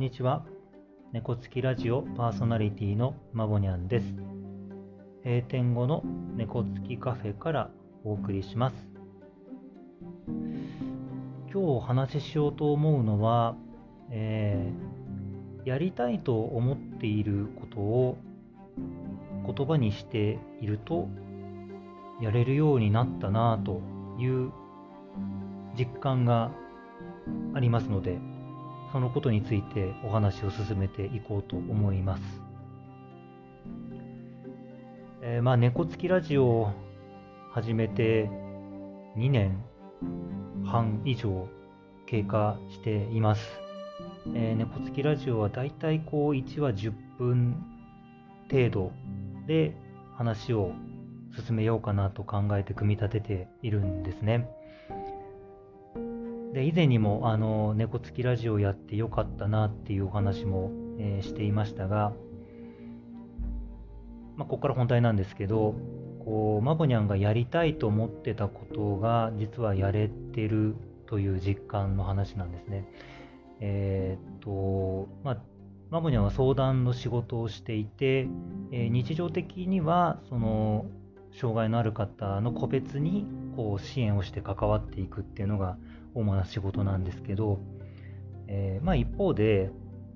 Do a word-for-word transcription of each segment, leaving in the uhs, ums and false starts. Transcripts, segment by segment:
にちは。猫つきラジオパーソナリティのまぼにゃんです。閉店後の猫つきカフェからお送りします。今日お話ししようと思うのは、えー、やりたいと思っていることを言葉にしているとやれるようになったなという実感がありますので、そのことについてお話を進めていこうと思います。えー、まあ猫つきラジオを始めてにねんはん以上経過しています。えー、猫つきラジオはだいたいこういちわじゅっぷん程度で話を進めようかなと考えて組み立てているんですね。で以前にもあの猫つきラジオやってよかったなっていうお話も、えー、していましたが、まあ、ここから本題なんですけど、こうまぼにゃんがやりたいと思ってたことが実はやれてるという実感の話なんですね。えー、っとまあまぼにゃんは相談の仕事をしていて、えー、日常的にはその障害のある方の個別にこう支援をして関わっていくっていうのが主な仕事なんですけど、えーまあ、一方で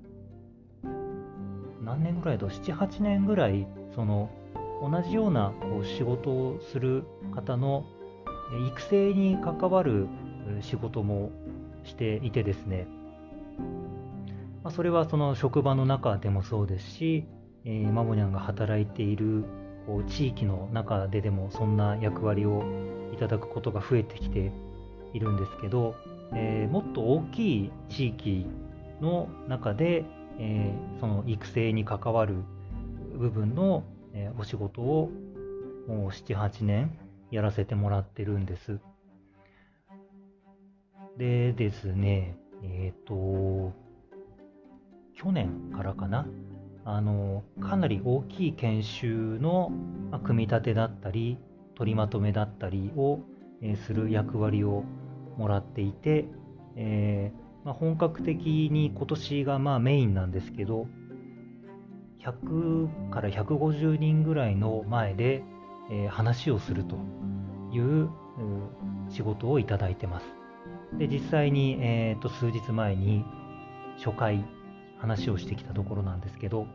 何年ぐらいだ、なな、はちねんぐらいその同じようなこう仕事をする方の育成に関わる仕事もしていてですね、まあ、それはその職場の中でもそうですし、えー、まぼにゃんが働いているこう地域の中ででもそんな役割をいただくことが増えてきているんですけど、えー、もっと大きい地域の中で、えー、その育成に関わる部分の、えー、お仕事をもうなな、はちねんやらせてもらってるんです。でですね、えっと、去年からかな、あのかなり大きい研修の、まあ、組み立てだったり取りまとめだったりを、えー、する役割をもらっていて、えーまあ、本格的に今年がまあメインなんですけど、ひゃくからひゃくごじゅうにんぐらいの前で、えー話をするというう仕事をいただいてます。で実際に、えーと数日前に初回話をしてきたところなんですけど、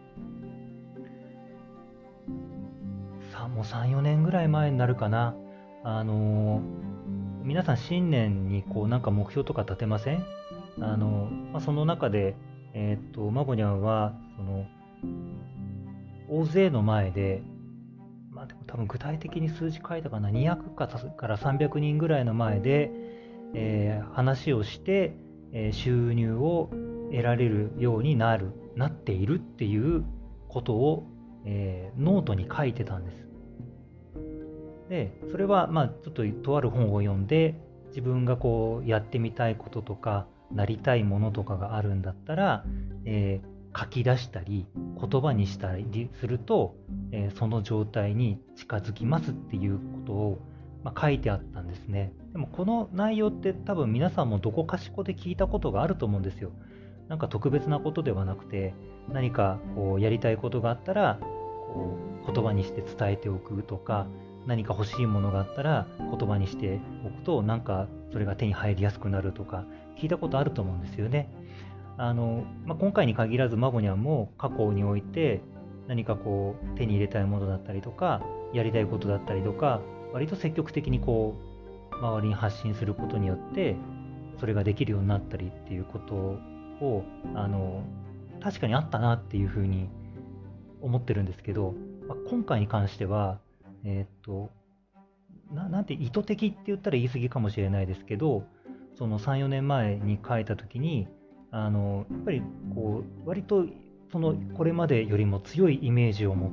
さもうさん、よねんぐらい前になるかな。あのー皆さん新年にこうなんか目標とか立てません？あのーまあ、その中で、えーっと、まぼにゃんは、その、大勢の前で、まあ、でも多分具体的に数字書いたかな、にひゃくかからさんびゃくにんぐらいの前で、えー話をして、えー収入を得られるようになる、なっているっていうことを、えーノートに書いてたんです。で、それはまあちょっととある本を読んで、自分がこうやってみたいこととか、なりたいものとかがあるんだったら、えー書き出したり、言葉にしたりすると、えーその状態に近づきますっていうことを、まあ、書いてあったんですね。でもこの内容って多分皆さんもどこかしこで聞いたことがあると思うんですよ。なんか特別なことではなくて、何かこうやりたいことがあったら、こう言葉にして伝えておくとか、何か欲しいものがあったら言葉にしておくと、なんかそれが手に入りやすくなるとか聞いたことあると思うんですよね。あの、まあ、今回に限らずマボニャンも過去において何かこう手に入れたいものだったりとかやりたいことだったりとか、割と積極的にこう周りに発信することによってそれができるようになったりっていうことを、あの確かにあったなっていうふうに思ってるんですけど、まあ、今回に関しては、えーっとな、なんて意図的って言ったら言い過ぎかもしれないですけど、そのさん、よねんまえに書いたときに、あのやっぱりこう割とそのこれまでよりも強いイメージを持って、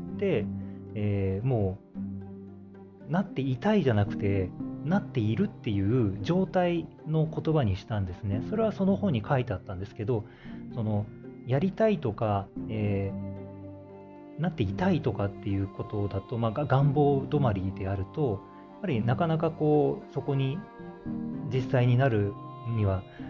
えーもうなっていたいじゃなくて、なっているっていう状態の言葉にしたんですね。それはその本に書いてあったんですけど、そのやりたいとか、えーなっていたいとかっていうことだと、まあ、が願望止まりであると、やっぱりなかなかこうそこに実際になるには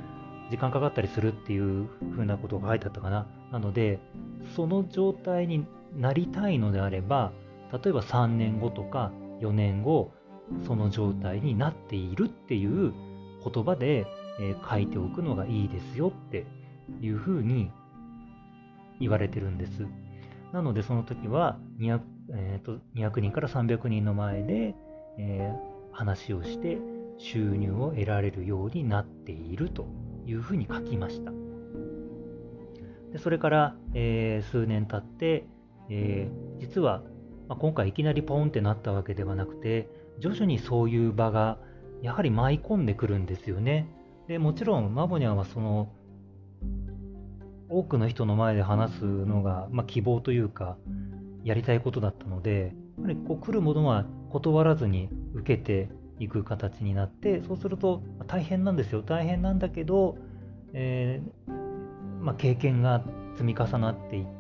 時間かかったりするっていうふうなことが書いてあったかな。なので、その状態になりたいのであれば、例えばさんねんごとかよねんご、その状態になっているっていう言葉で、えー書いておくのがいいですよっていうふうに言われてるんです。なのでその時はにひゃく、えーとにひゃくにんからさんびゃくにんの前で、えー話をして収入を得られるようになっているというふうに書きました。でそれから、えー数年経って、えー実は、まあ、今回いきなりポンってなったわけではなくて、徐々にそういう場がやはり舞い込んでくるんですよね。でもちろんマボニャンはその多くの人の前で話すのが、まあ、希望というかやりたいことだったので、やはりこう来るものは断らずに受けていく形になって、そうするとまあ大変なんですよ。大変なんだけど、えーまあ、経験が積み重なっていって、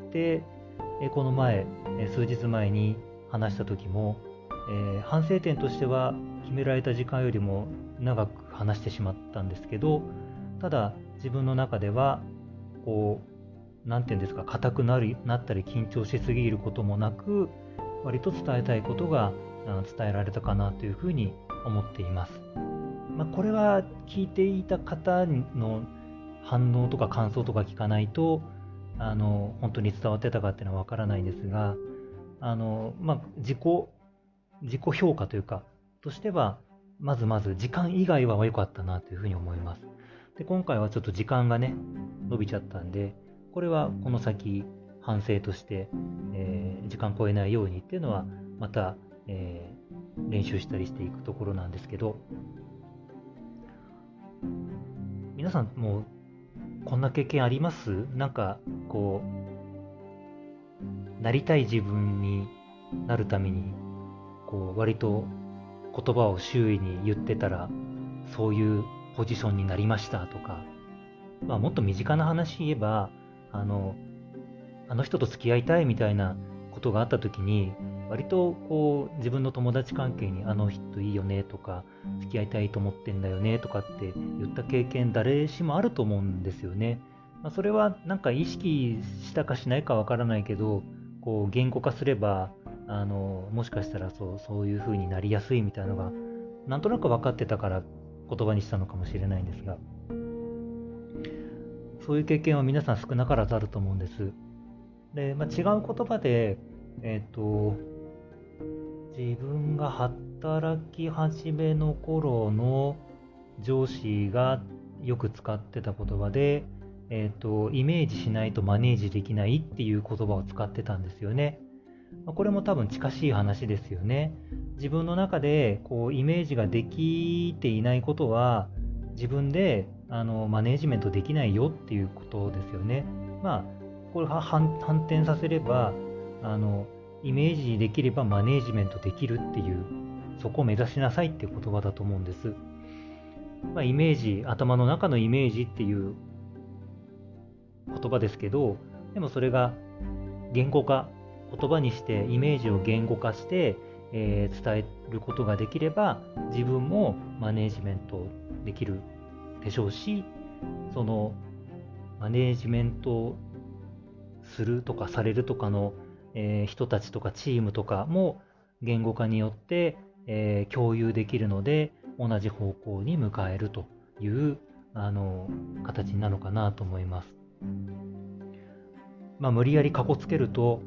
えーこの前、えー数日前に話した時も、えー反省点としては決められた時間よりも長く話してしまったんですけど、ただ自分の中ではこう、なんていうんですか、硬くなるなったり緊張しすぎることもなく、割と伝えたいことがあ伝えられたかなというふうに思っています。まあ、これは聞いていた方の反応とか感想とか聞かないと、あの本当に伝わってたかっていうのはわからないんですが、あの、まあ、自己自己評価というかとしては、まずまず時間以外は良かったなというふうに思います。で今回はちょっと時間がね伸びちゃったんで、これはこの先反省として、えー時間超えないようにっていうのはまた、えー練習したりしていくところなんですけど、皆さんもうこんな経験あります？なんかこうなりたい自分になるためにこう割と言葉を周囲に言ってたらそういうポジションになりましたとか、まあ、もっと身近な話言えば、あのあの人と付き合いたいみたいなことがあった時に、割とこう自分の友達関係にあの人いいよねとか、付き合いたいと思ってんだよねとかって言った経験誰しもあると思うんですよね。まあ、それはなんか意識したかしないかわからないけど、こう言語化すれば、あのもしかしたらそうそういう風になりやすいみたいなのがなんとなく分かってたから言葉にしたのかもしれないんですが、そういう経験は皆さん少なからずあると思うんです。で、まあ、違う言葉で、えっと、自分が働き始めの頃の上司がよく使ってた言葉で、えっと、イメージしないとマネージできないっていう言葉を使ってたんですよね。まあこれも多分近しい話ですよね。自分の中でこうイメージができていないことは自分であのマネージメントできないよっていうことですよね。まあこれは反反転させれば、あのイメージできればマネージメントできるっていう、そこを目指しなさいっていう言葉だと思うんです。まあ、イメージ、頭の中のイメージっていう言葉ですけど、でもそれが言語化、言葉にしてイメージを言語化して、えー伝えることができれば自分もマネージメントできるでしょうし、そのマネージメントするとかされるとかの、えー人たちとかチームとかも言語化によって、えー共有できるので同じ方向に向かえるというあの形になるのかなと思います。まあ、無理やりかこつけると、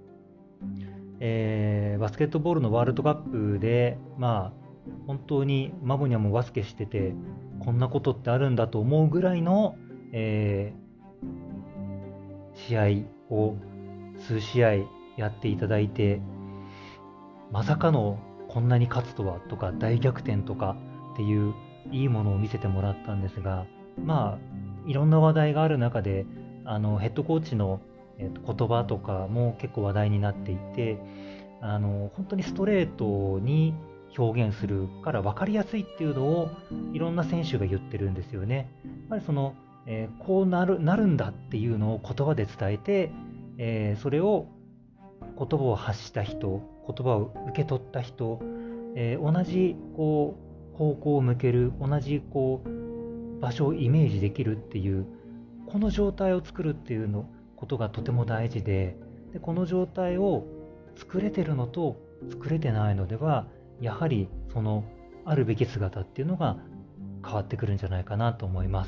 えーバスケットボールのワールドカップで、まあ、本当にマボニャもバスケしてて、こんなことってあるんだと思うぐらいの、えー試合を数試合やっていただいて、まさかのこんなに勝つとはとか大逆転とかっていういいものを見せてもらったんですが、まあいろんな話題がある中で、あのヘッドコーチの、えーと言葉とかも結構話題になっていて、あの本当にストレートに表現するから分かりやすいっていうのをいろんな選手が言ってるんですよね。やっぱりその、えーこうなるなるんだっていうのを言葉で伝えて、えーそれを言葉を発した人、言葉を受け取った人、えー同じこう方向を向ける、同じこう場所をイメージできるっていう、この状態を作るっていうのことがとても大事で、でこの状態を作れてるのと作れてないのでは、やはりそのあるべき姿っていうのが変わってくるんじゃないかなと思います。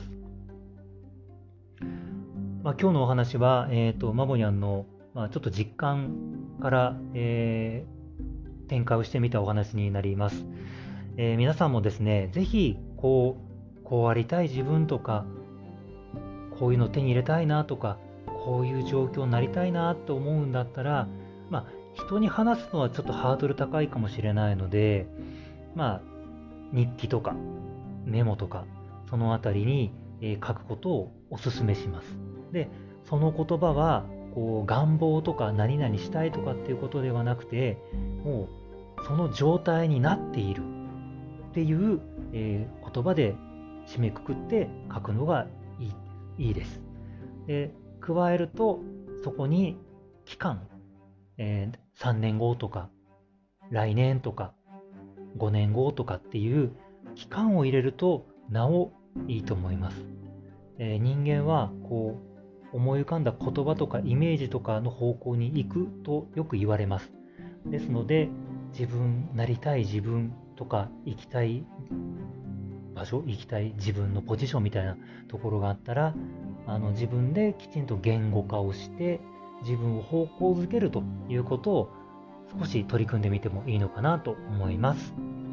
まあ、今日のお話は、えーと、マボニャンの、まあ、ちょっと実感から、えー展開をしてみたお話になります。えー皆さんもですね、ぜひこう、こうありたい自分とか、こういうの手に入れたいなとか、こういう状況になりたいなと思うんだったら、まあ、人に話すのはちょっとハードル高いかもしれないので、まあ、日記とかメモとか、そのあたりに、えー書くことをお勧めします。で、その言葉は、こう願望とか何々したいとかっていうことではなくて、もうその状態になっているっていう、えー言葉で締めくくって書くのがいい、いいです。で、加えると、そこに期間、えーさんねんごとか、来年とか、ごねんごとかっていう期間を入れると、なおいいと思います。えー人間は、こう、思い浮かんだ言葉とかイメージとかの方向に行くとよく言われます。ですので、自分、なりたい自分とか、行きたい場所、行きたい自分のポジションみたいなところがあったら、あの自分できちんと言語化をして、自分を方向づけるということを少し取り組んでみてもいいのかなと思います。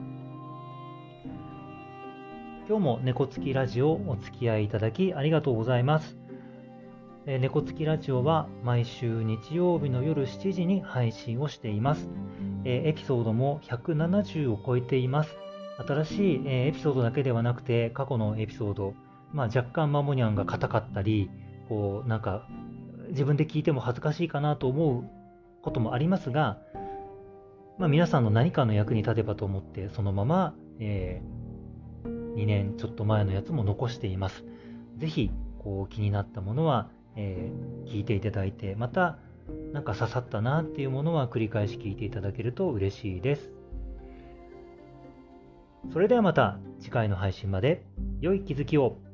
今日も猫つきラジオお付き合いいただきありがとうございます。えー猫つきラジオは毎週日曜日の夜しちじに配信をしています。えーエピソードもひゃくななじゅうを超えています。新しい、えーエピソードだけではなくて、過去のエピソード、まあ、若干マモニャンが硬かったり、こうなんか自分で聞いても恥ずかしいかなと思うこともありますが、まあ、皆さんの何かの役に立てばと思って、そのまま、えーにねんちょっと前のやつも残しています。ぜひこう気になったものは、えー聞いていただいて、またなんか刺さったなっていうものは繰り返し聞いていただけると嬉しいです。それではまた次回の配信まで良い気づきを。